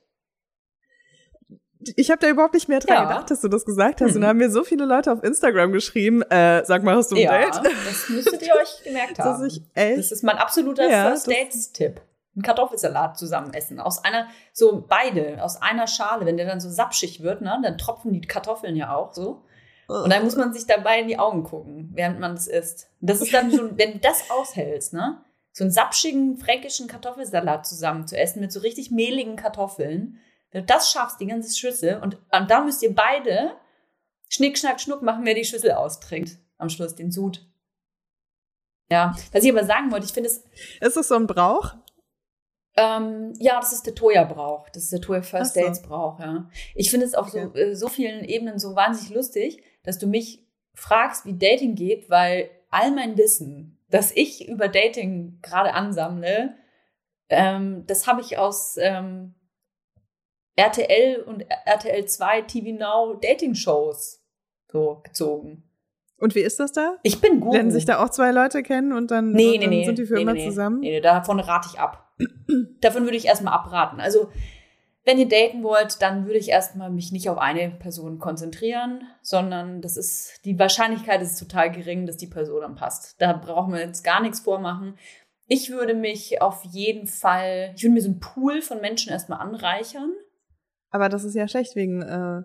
Ich habe da überhaupt nicht mehr dran Ja. gedacht, dass du das gesagt hast. Hm. Und da haben mir so viele Leute auf Instagram geschrieben, äh, sag mal, hast du ein Ja, Date? das müsstet ihr euch gemerkt Dass haben. ich echt, Das ist mein absoluter Ja, First das- Dates-Tipp. Einen Kartoffelsalat zusammen essen. Aus einer, so beide, aus einer Schale. Wenn der dann so sapschig wird, ne, dann tropfen die Kartoffeln ja auch so. Und dann muss man sich dabei in die Augen gucken, während man das isst. Und das ist dann schon, wenn du das aushältst, ne, so einen sapschigen fränkischen Kartoffelsalat zusammen zu essen mit so richtig mehligen Kartoffeln. Wenn du das schaffst, die ganze Schüssel, und, und da müsst ihr beide Schnick, Schnack, Schnuck machen, wer die Schüssel austrinkt. Am Schluss den Sud. Ja, was ich aber sagen wollte, ich finde es, ist das so ein Brauch? ähm, ja, das ist der Toya-Brauch. Das ist der Toya First Ach so. Dates-Brauch, ja. Ich finde es auf so, Okay. äh, so vielen Ebenen so wahnsinnig lustig, dass du mich fragst, wie Dating geht, weil all mein Wissen, das ich über Dating gerade ansammle, ähm, das habe ich aus ähm, R T L und R T L zwei T V Now Dating-Shows so gezogen. Und wie ist das da? Ich bin Guru. Lernen sich da auch zwei Leute kennen und dann, nee, und nee, dann nee, sind die für nee, immer nee, zusammen? Nee, nee, davon rate ich ab. Davon würde ich erstmal abraten. Also, wenn ihr daten wollt, dann würde ich erstmal mich nicht auf eine Person konzentrieren, sondern das ist, die Wahrscheinlichkeit ist total gering, dass die Person dann passt. Da brauchen wir jetzt gar nichts vormachen. Ich würde mich auf jeden Fall, ich würde mir so einen Pool von Menschen erstmal anreichern. Aber das ist ja schlecht wegen äh,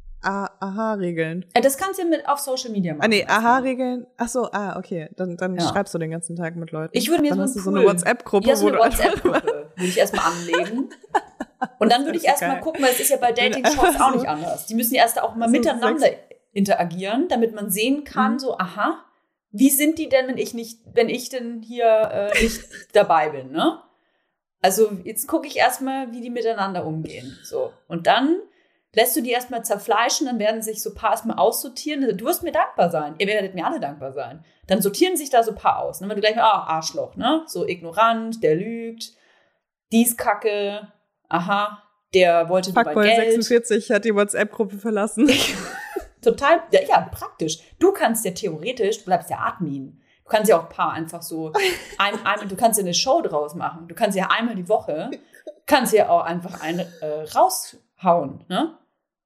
Aha-Regeln. Das kannst du mit auf Social Media machen. Ah nee, Aha-Regeln. Ach so, ah, okay. Dann, dann Ja. schreibst du den ganzen Tag mit Leuten. Ich würde mir dann so, hast du einen so Pool, eine WhatsApp-Gruppe, ja, so wo eine du WhatsApp-Gruppe würde ich erstmal anlegen. Und dann würde ich erstmal gucken, weil es ist ja bei Dating-Shows auch nicht anders. Die müssen ja erst auch mal So miteinander sechs- interagieren, damit man sehen kann, Mhm. so, aha, wie sind die denn, wenn ich nicht, wenn ich denn hier äh, nicht dabei bin, ne? Also jetzt gucke ich erstmal, wie die miteinander umgehen. So. Und dann lässt du die erstmal zerfleischen, dann werden sich so ein paar erstmal aussortieren. Du wirst mir dankbar sein. Ihr werdet mir alle dankbar sein. Dann sortieren sich da so ein paar aus. Dann wird du gleich mal, ah, Arschloch, ne? So ignorant, der lügt, dies Kacke, aha, der wollte nur Fuckboy Geld. sechsundvierzig hat die WhatsApp-Gruppe verlassen. Total, ja, ja, praktisch. Du kannst ja theoretisch, du bleibst ja Admin. Du kannst ja auch ein paar einfach so, ein, ein, du kannst ja eine Show draus machen. Du kannst ja einmal die Woche, kannst ja auch einfach eine äh, raushauen, ne?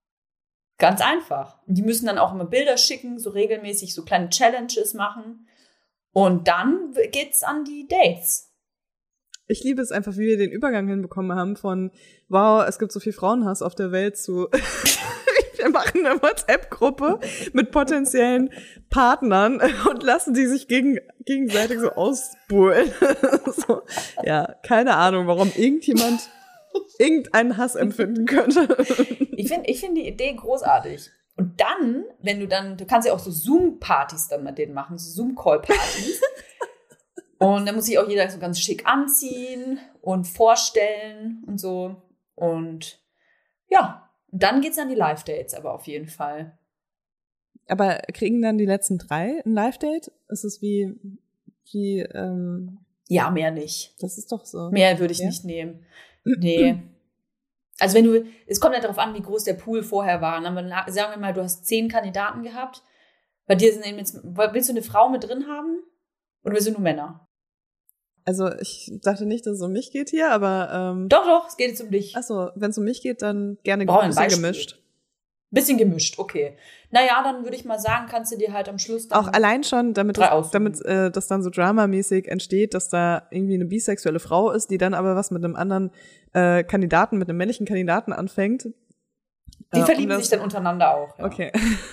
Ganz einfach. Und die müssen dann auch immer Bilder schicken, so regelmäßig so kleine Challenges machen. Und dann geht's an die Dates. Ich liebe es einfach, wie wir den Übergang hinbekommen haben von, wow, es gibt so viel Frauenhass auf der Welt zu, wir machen eine WhatsApp-Gruppe mit potenziellen Partnern und lassen die sich gegen, gegenseitig so ausbuhlen. So, ja, keine Ahnung, warum irgendjemand irgendeinen Hass empfinden könnte. Ich finde ich find die Idee großartig. Und dann, wenn du dann, du kannst ja auch so Zoom-Partys dann mit denen machen, so Zoom-Call-Partys. Und dann muss sich auch jeder so ganz schick anziehen und vorstellen und so. Und ja, und dann geht's an die Live-Dates, aber auf jeden Fall. Aber kriegen dann die letzten drei ein Live-Date? Ist es wie, wie, ähm, Ja, mehr nicht. das ist doch so. Mehr würde ich Ja? nicht nehmen. Nee. Also wenn du, es kommt ja darauf an, wie groß der Pool vorher war. Aber na- sagen wir mal, du hast zehn Kandidaten gehabt. Bei dir sind eben jetzt, willst du eine Frau mit drin haben? Oder willst du nur Männer? Also ich dachte nicht, dass es um mich geht hier, aber ähm, Doch, doch, es geht jetzt um dich. achso, wenn es um mich geht, dann gerne Brauchen ein wir ein bisschen Beispiel? gemischt. Bisschen gemischt, okay. Naja, dann würde ich mal sagen, kannst du dir halt am Schluss dann Auch allein schon, damit, drei das, aussuchen. damit äh, das dann so dramamäßig entsteht, dass da irgendwie eine bisexuelle Frau ist, die dann aber was mit einem anderen äh, Kandidaten, mit einem männlichen Kandidaten anfängt. Die Äh, verlieben um sich das- dann untereinander auch. Ja. Okay.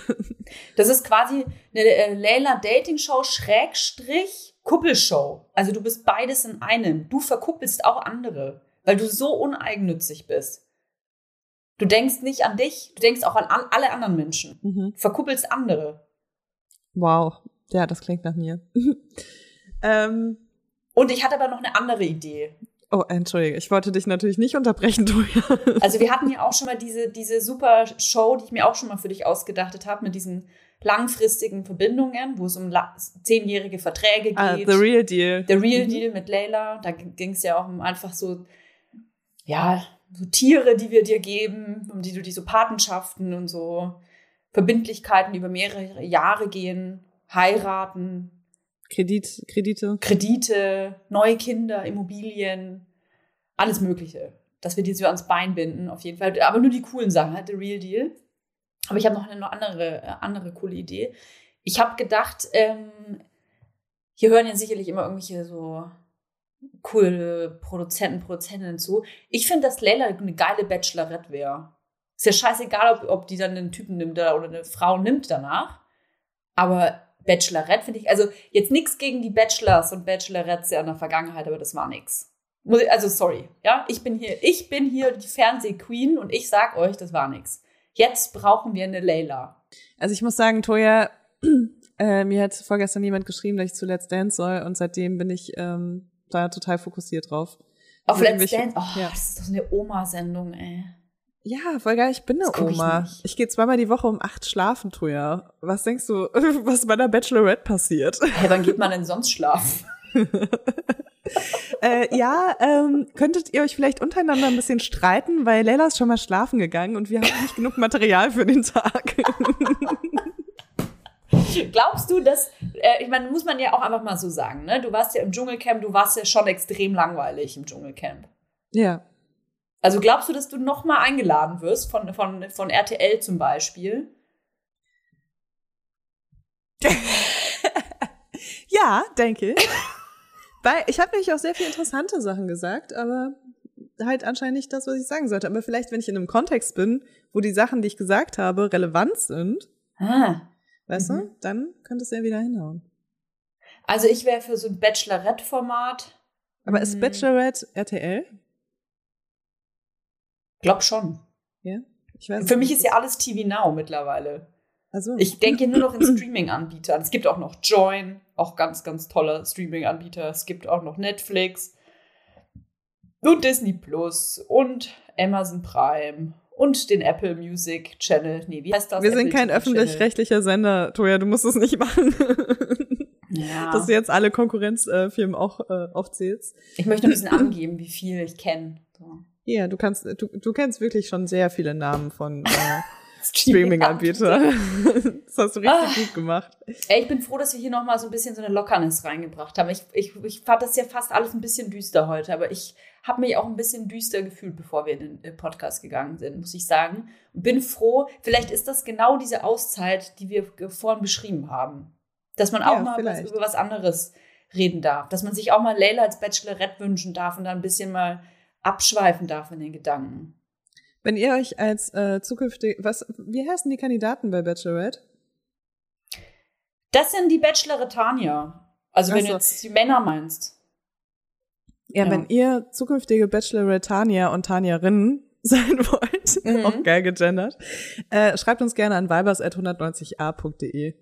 Das ist quasi eine äh, Layla-Dating-Show Schrägstrich Kuppelshow. Also du bist beides in einem. Du verkuppelst auch andere, weil du so uneigennützig bist. Du denkst nicht an dich, du denkst auch an an alle anderen Menschen. Mhm. Du verkuppelst andere. Wow. Ja, das klingt nach mir. ähm, Und ich hatte aber noch eine andere Idee. oh, entschuldige, ich wollte dich natürlich nicht unterbrechen, Toja. Also wir hatten ja auch schon mal diese, diese super Show, die ich mir auch schon mal für dich ausgedacht habe, mit diesen langfristigen Verbindungen, wo es um la- zehnjährige Verträge geht. Ah, The Real Deal. The Real Mhm. Deal mit Layla. Da ging es ja auch um einfach so, ja, so Tiere, die wir dir geben, um die du die so Patenschaften und so Verbindlichkeiten über mehrere Jahre gehen, heiraten, Kredit, Kredite. Kredite, neue Kinder, Immobilien, alles Mögliche. Dass wir die so ans Bein binden, auf jeden Fall. Aber nur die coolen Sachen, halt The Real Deal. Aber ich habe noch eine noch andere, äh, andere coole Idee. Ich habe gedacht, ähm, hier hören ja sicherlich immer irgendwelche so coole Produzenten, Produzentinnen zu. Ich finde, dass Layla eine geile Bachelorette wäre. Ist ja scheißegal, ob, ob die dann einen Typen nimmt oder eine Frau nimmt danach. Aber Bachelorette finde ich, also jetzt nichts gegen die Bachelors und Bachelorettes ja in der Vergangenheit, aber das war nix. Muss ich- Also sorry, ja, ich bin hier, ich bin hier die Fernsehqueen und ich sag euch, das war nix. Jetzt brauchen wir eine Layla. Also ich muss sagen, Toja, äh, mir hat vorgestern jemand geschrieben, dass ich zu Let's Dance soll und seitdem bin ich ähm, da total fokussiert drauf. Auf Also Let's irgendwelche- Dance, oh, ja. das ist doch so eine Oma-Sendung, ey. Ja, voll geil, ich bin eine Das guck ich Oma. nicht. Ich, gehe zweimal die Woche um acht schlafen, Toja. Was denkst du, was bei der Bachelorette passiert? Hey, wann geht man denn sonst schlafen? äh, ja, ähm, könntet ihr euch vielleicht untereinander ein bisschen streiten, weil Leila ist schon mal schlafen gegangen und wir haben nicht genug Material für den Tag. Glaubst du, dass, äh, ich meine, muss man ja auch einfach mal so sagen, ne? Du warst ja im Dschungelcamp, du warst ja schon extrem langweilig im Dschungelcamp. Ja. Also glaubst du, dass du nochmal eingeladen wirst von, von, von R T L zum Beispiel? Ja, denke ich. Weil ich habe nämlich auch sehr viele interessante Sachen gesagt, aber halt anscheinend nicht das, was ich sagen sollte. Aber vielleicht, wenn ich in einem Kontext bin, wo die Sachen, die ich gesagt habe, relevant sind, Ah. weißt Mhm. du, dann könnte es ja wieder hinhauen. Also ich wäre für so ein Bachelorette-Format. Aber ist Hm, Bachelorette R T L? Glaub schon. Ja? Ich weiß Für es mich nicht. ist ja alles T V Now mittlerweile. Also, Ich denke nur noch in Streaming-Anbietern. Es gibt auch noch Join, auch ganz, ganz toller Streaming-Anbieter. Es gibt auch noch Netflix und Disney Plus und Amazon Prime und den Apple Music Channel. Nee, wie heißt das? wir sind Apple kein T V Channel. öffentlich-rechtlicher Sender, Toja, du musst es nicht machen. Ja. Dass du jetzt alle Konkurrenzfirmen auch äh, aufzählst. Ich möchte ein bisschen angeben, wie viel ich kenne. So. Ja, du kannst, du, du kennst wirklich schon sehr viele Namen von äh, Streaming-Anbietern. Das hast du richtig Ah. gut gemacht. Ey, ich bin froh, dass wir hier nochmal so ein bisschen so eine Lockerness reingebracht haben. Ich, ich, ich fand das ja fast alles ein bisschen düster heute, aber ich habe mich auch ein bisschen düster gefühlt, bevor wir in den Podcast gegangen sind, muss ich sagen. Und bin froh, vielleicht ist das genau diese Auszeit, die wir vorhin beschrieben haben. Dass man auch Ja, mal was, vielleicht. über was anderes reden darf. Dass man sich auch mal Layla als Bachelorette wünschen darf und dann ein bisschen mal abschweifen darf in den Gedanken. Wenn ihr euch als äh, zukünftig, was, wie heißen die Kandidaten bei Bachelorette? Das sind die Bacheloretanier. Also wenn Ach so. du jetzt die Männer meinst. Ja, Ja. wenn ihr zukünftige Bachelorettanier und Tanierinnen sein wollt, Mhm. auch geil gegendert, äh, schreibt uns gerne an vibers at hundertneunzig a punkt de.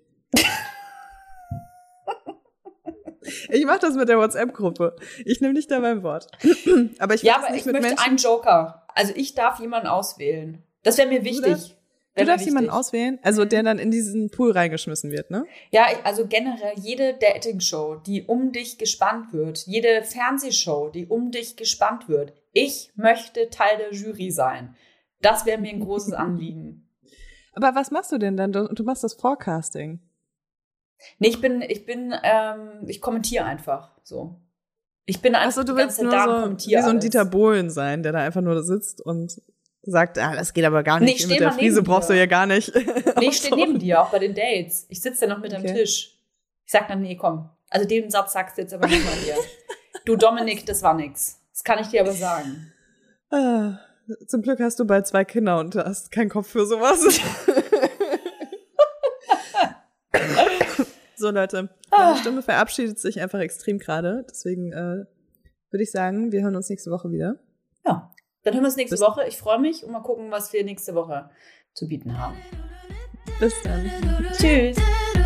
Ich mach das mit der WhatsApp-Gruppe. Ich nehme nicht da beim Wort. Aber ich will Ja, das aber nicht ich mit möchte Menschen. einen Joker. Also ich darf jemanden auswählen. Das wäre mir wichtig. darfst- Wär Du mir darfst jemanden wichtig. auswählen, also der dann in diesen Pool reingeschmissen wird, ne? Ja, ich- also generell jede Dating-Show, die um dich gespannt wird, jede Fernsehshow, die um dich gespannt wird. Ich möchte Teil der Jury sein. Das wäre mir ein großes Anliegen. Aber was machst du denn dann? Du, du machst das Forecasting. Nee, ich bin, ich bin, ähm, ich kommentiere einfach so. Ich bin einfach Achso, du die ganze willst Zeit nur da und so kommentiere wie so ein alles. Dieter Bohlen sein, der da einfach nur sitzt und sagt, ah, das geht aber gar Nee, nicht. ich Mit steh der mal Friese neben brauchst du dir. ja gar nicht. Nee, ich stehe neben dir, auch bei den Dates. Ich sitze dann noch mit am Okay. Tisch. Ich sag dann, nee, komm. Also den Satz sagst du jetzt aber nicht mal dir. Du, Dominik, das war nix. Das kann ich dir aber sagen. Ah, zum Glück hast du bald zwei Kinder und hast keinen Kopf für sowas. So, Leute, meine Stimme verabschiedet sich einfach extrem gerade. Deswegen äh, würde ich sagen, wir hören uns nächste Woche wieder. Ja, dann hören wir uns nächste Bis- Woche. Ich freue mich und mal gucken, was wir nächste Woche zu bieten haben. Bis dann. Tschüss.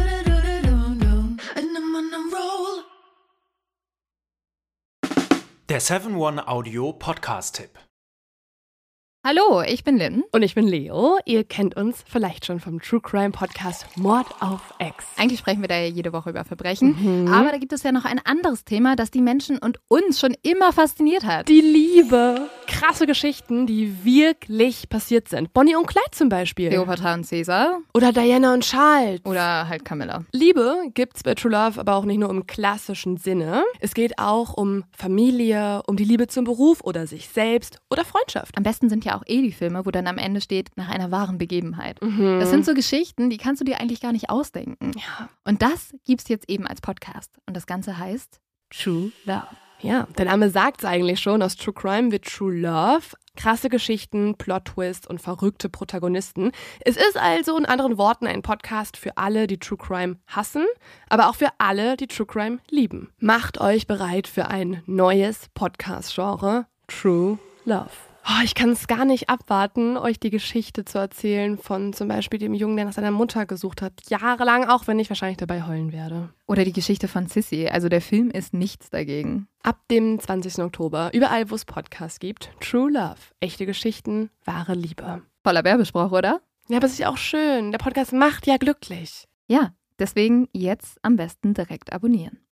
Der seven one Audio Podcast-Tipp. Hallo, ich bin Lynn. Und ich bin Leo. Ihr kennt uns vielleicht schon vom True Crime Podcast Mord auf Ex. Eigentlich sprechen wir da ja jede Woche über Verbrechen. Aber da gibt es ja noch ein anderes Thema, das die Menschen und uns schon immer fasziniert hat. Die Liebe. Krasse Geschichten, die wirklich passiert sind. Bonnie und Clyde zum Beispiel. Cleopatra und Caesar Oder Diana und Charles. oder halt Camilla. Liebe gibt's bei True Love aber auch nicht nur im klassischen Sinne. Es geht auch um Familie, um die Liebe zum Beruf oder sich selbst oder Freundschaft. Am besten sind ja auch eh die Filme, wo dann am Ende steht, nach einer wahren Begebenheit. Das sind so Geschichten, die kannst du dir eigentlich gar nicht ausdenken. Ja. Und das gibt's jetzt eben als Podcast. Und das Ganze heißt True Love. Ja, der Name sagt's eigentlich schon, aus True Crime wird True Love. Krasse Geschichten, Plot-Twists und verrückte Protagonisten. Es ist also in anderen Worten ein Podcast für alle, die True Crime hassen, aber auch für alle, die True Crime lieben. Macht euch bereit für ein neues Podcast-Genre, True Love. Oh, ich kann es gar nicht abwarten, euch die Geschichte zu erzählen von zum Beispiel dem Jungen, der nach seiner Mutter gesucht hat. Jahrelang, auch wenn ich wahrscheinlich dabei heulen werde. Oder die Geschichte von Sissy. Also der Film ist nichts dagegen. Ab dem zwanzigsten Oktober, überall wo es Podcasts gibt, True Love. Echte Geschichten, wahre Liebe. Voller Werbespruch, oder? Ja, aber es ist ja auch schön. Der Podcast macht ja glücklich. Ja, deswegen jetzt am besten direkt abonnieren.